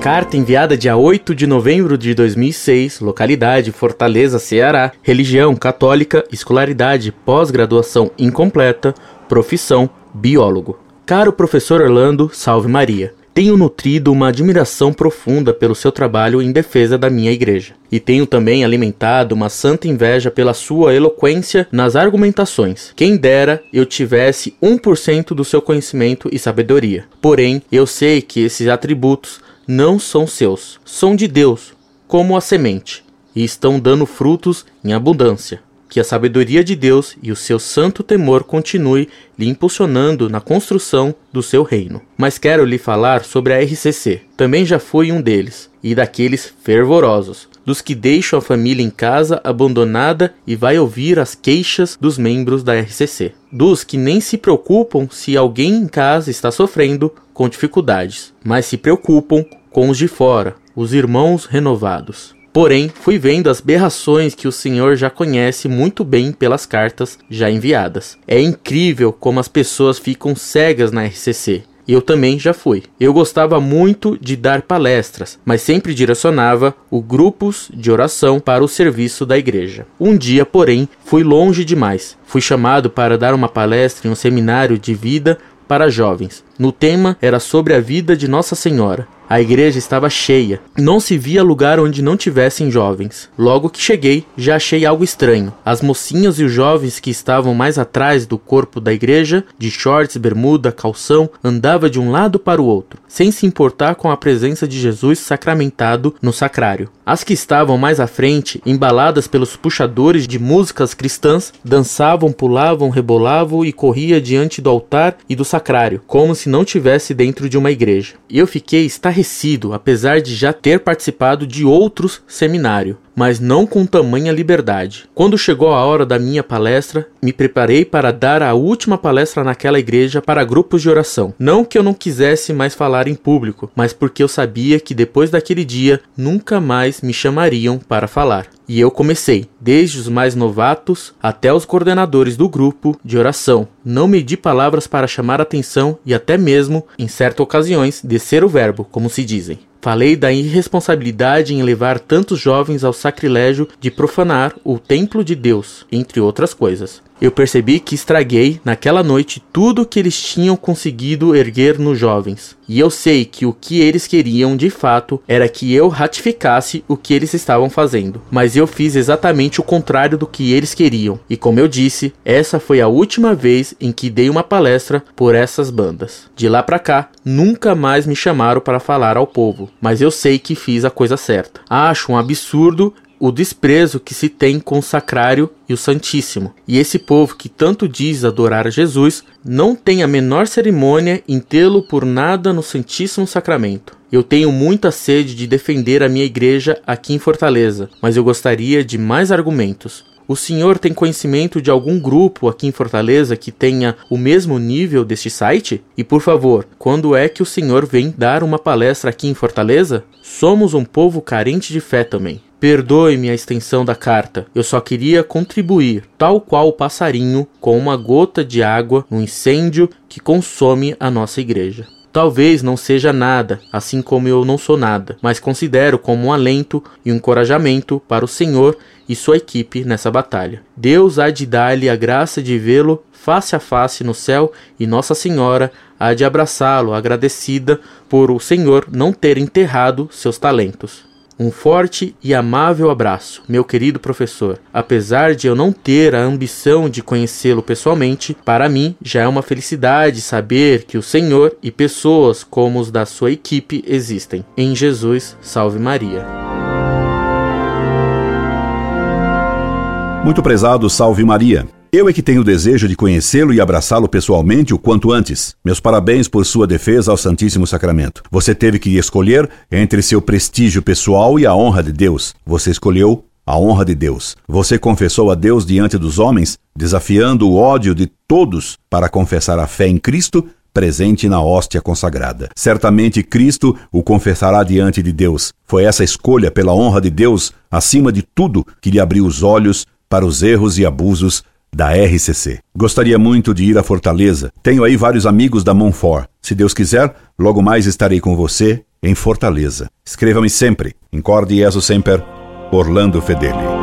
Carta enviada dia 8 de novembro de 2006, localidade Fortaleza, Ceará, religião católica, escolaridade, pós-graduação incompleta, profissão biólogo. Caro professor Orlando, salve Maria. Tenho nutrido uma admiração profunda pelo seu trabalho em defesa da minha igreja. E tenho também alimentado uma santa inveja pela sua eloquência nas argumentações. Quem dera eu tivesse 1% do seu conhecimento e sabedoria. Porém, eu sei que esses atributos não são seus, são de Deus, como a semente, e estão dando frutos em abundância. Que a sabedoria de Deus e o seu santo temor continue lhe impulsionando na construção do seu reino. Mas quero lhe falar sobre a RCC. Também já fui um deles, e daqueles fervorosos, dos que deixam a família em casa abandonada e vai ouvir as queixas dos membros da RCC. Dos que nem se preocupam se alguém em casa está sofrendo com dificuldades, mas se preocupam com os de fora, os irmãos renovados. Porém, fui vendo as berrações que o Senhor já conhece muito bem pelas cartas já enviadas. É incrível como as pessoas ficam cegas na RCC. Eu também já fui. Eu gostava muito de dar palestras, mas sempre direcionava os grupos de oração para o serviço da igreja. Um dia, porém, fui longe demais. Fui chamado para dar uma palestra em um seminário de vida para jovens. No tema era sobre a vida de Nossa Senhora. A igreja estava cheia. Não se via lugar onde não tivessem jovens. Logo que cheguei, já achei algo estranho. As mocinhas e os jovens que estavam mais atrás do corpo da igreja, de shorts, bermuda, calção, andava de um lado para o outro, sem se importar com a presença de Jesus sacramentado no sacrário. As que estavam mais à frente, embaladas pelos puxadores de músicas cristãs, dançavam, pulavam, rebolavam e corriam diante do altar e do sacrário, como se não tivesse dentro de uma igreja. E eu fiquei estarrecido, apesar de já ter participado de outros seminários, mas não com tamanha liberdade. Quando chegou a hora da minha palestra, me preparei para dar a última palestra naquela igreja para grupos de oração. Não que eu não quisesse mais falar em público, mas porque eu sabia que depois daquele dia, nunca mais me chamariam para falar. E eu comecei, desde os mais novatos até os coordenadores do grupo de oração. Não medi palavras para chamar atenção e até mesmo, em certas ocasiões, descer o verbo, como se dizem. Falei da irresponsabilidade em levar tantos jovens ao sacrilégio de profanar o templo de Deus, entre outras coisas. Eu percebi que estraguei, naquela noite, tudo que eles tinham conseguido erguer nos jovens. E eu sei que o que eles queriam, de fato, era que eu ratificasse o que eles estavam fazendo. Mas eu fiz exatamente o contrário do que eles queriam. E como eu disse, essa foi a última vez em que dei uma palestra por essas bandas. De lá pra cá, nunca mais me chamaram para falar ao povo. Mas eu sei que fiz a coisa certa. Acho um absurdo o desprezo que se tem com o sacrário e o santíssimo. E esse povo que tanto diz adorar a Jesus, não tem a menor cerimônia em tê-lo por nada no Santíssimo Sacramento. Eu tenho muita sede de defender a minha igreja aqui em Fortaleza, mas eu gostaria de mais argumentos. O senhor tem conhecimento de algum grupo aqui em Fortaleza que tenha o mesmo nível deste site? E por favor, quando é que o senhor vem dar uma palestra aqui em Fortaleza? Somos um povo carente de fé também. Perdoe-me a extensão da carta, eu só queria contribuir, tal qual o passarinho, com uma gota de água no incêndio que consome a nossa igreja. Talvez não seja nada, assim como eu não sou nada, mas considero como um alento e um encorajamento para o Senhor e sua equipe nessa batalha. Deus há de dar-lhe a graça de vê-lo face a face no céu e Nossa Senhora há de abraçá-lo agradecida por o Senhor não ter enterrado seus talentos. Um forte e amável abraço, meu querido professor. Apesar de eu não ter a ambição de conhecê-lo pessoalmente, para mim já é uma felicidade saber que o Senhor e pessoas como os da sua equipe existem. Em Jesus, salve Maria. Muito prezado, salve Maria. Eu é que tenho o desejo de conhecê-lo e abraçá-lo pessoalmente o quanto antes. Meus parabéns por sua defesa ao Santíssimo Sacramento. Você teve que escolher entre seu prestígio pessoal e a honra de Deus. Você escolheu a honra de Deus. Você confessou a Deus diante dos homens, desafiando o ódio de todos para confessar a fé em Cristo, presente na hóstia consagrada. Certamente Cristo o confessará diante de Deus. Foi essa escolha pela honra de Deus, acima de tudo, que lhe abriu os olhos para os erros e abusos da RCC. Gostaria muito de ir a Fortaleza. Tenho aí vários amigos da Montfort. Se Deus quiser, logo mais estarei com você em Fortaleza. Escreva-me sempre. Incorde Jesus Semper, Orlando Fedeli.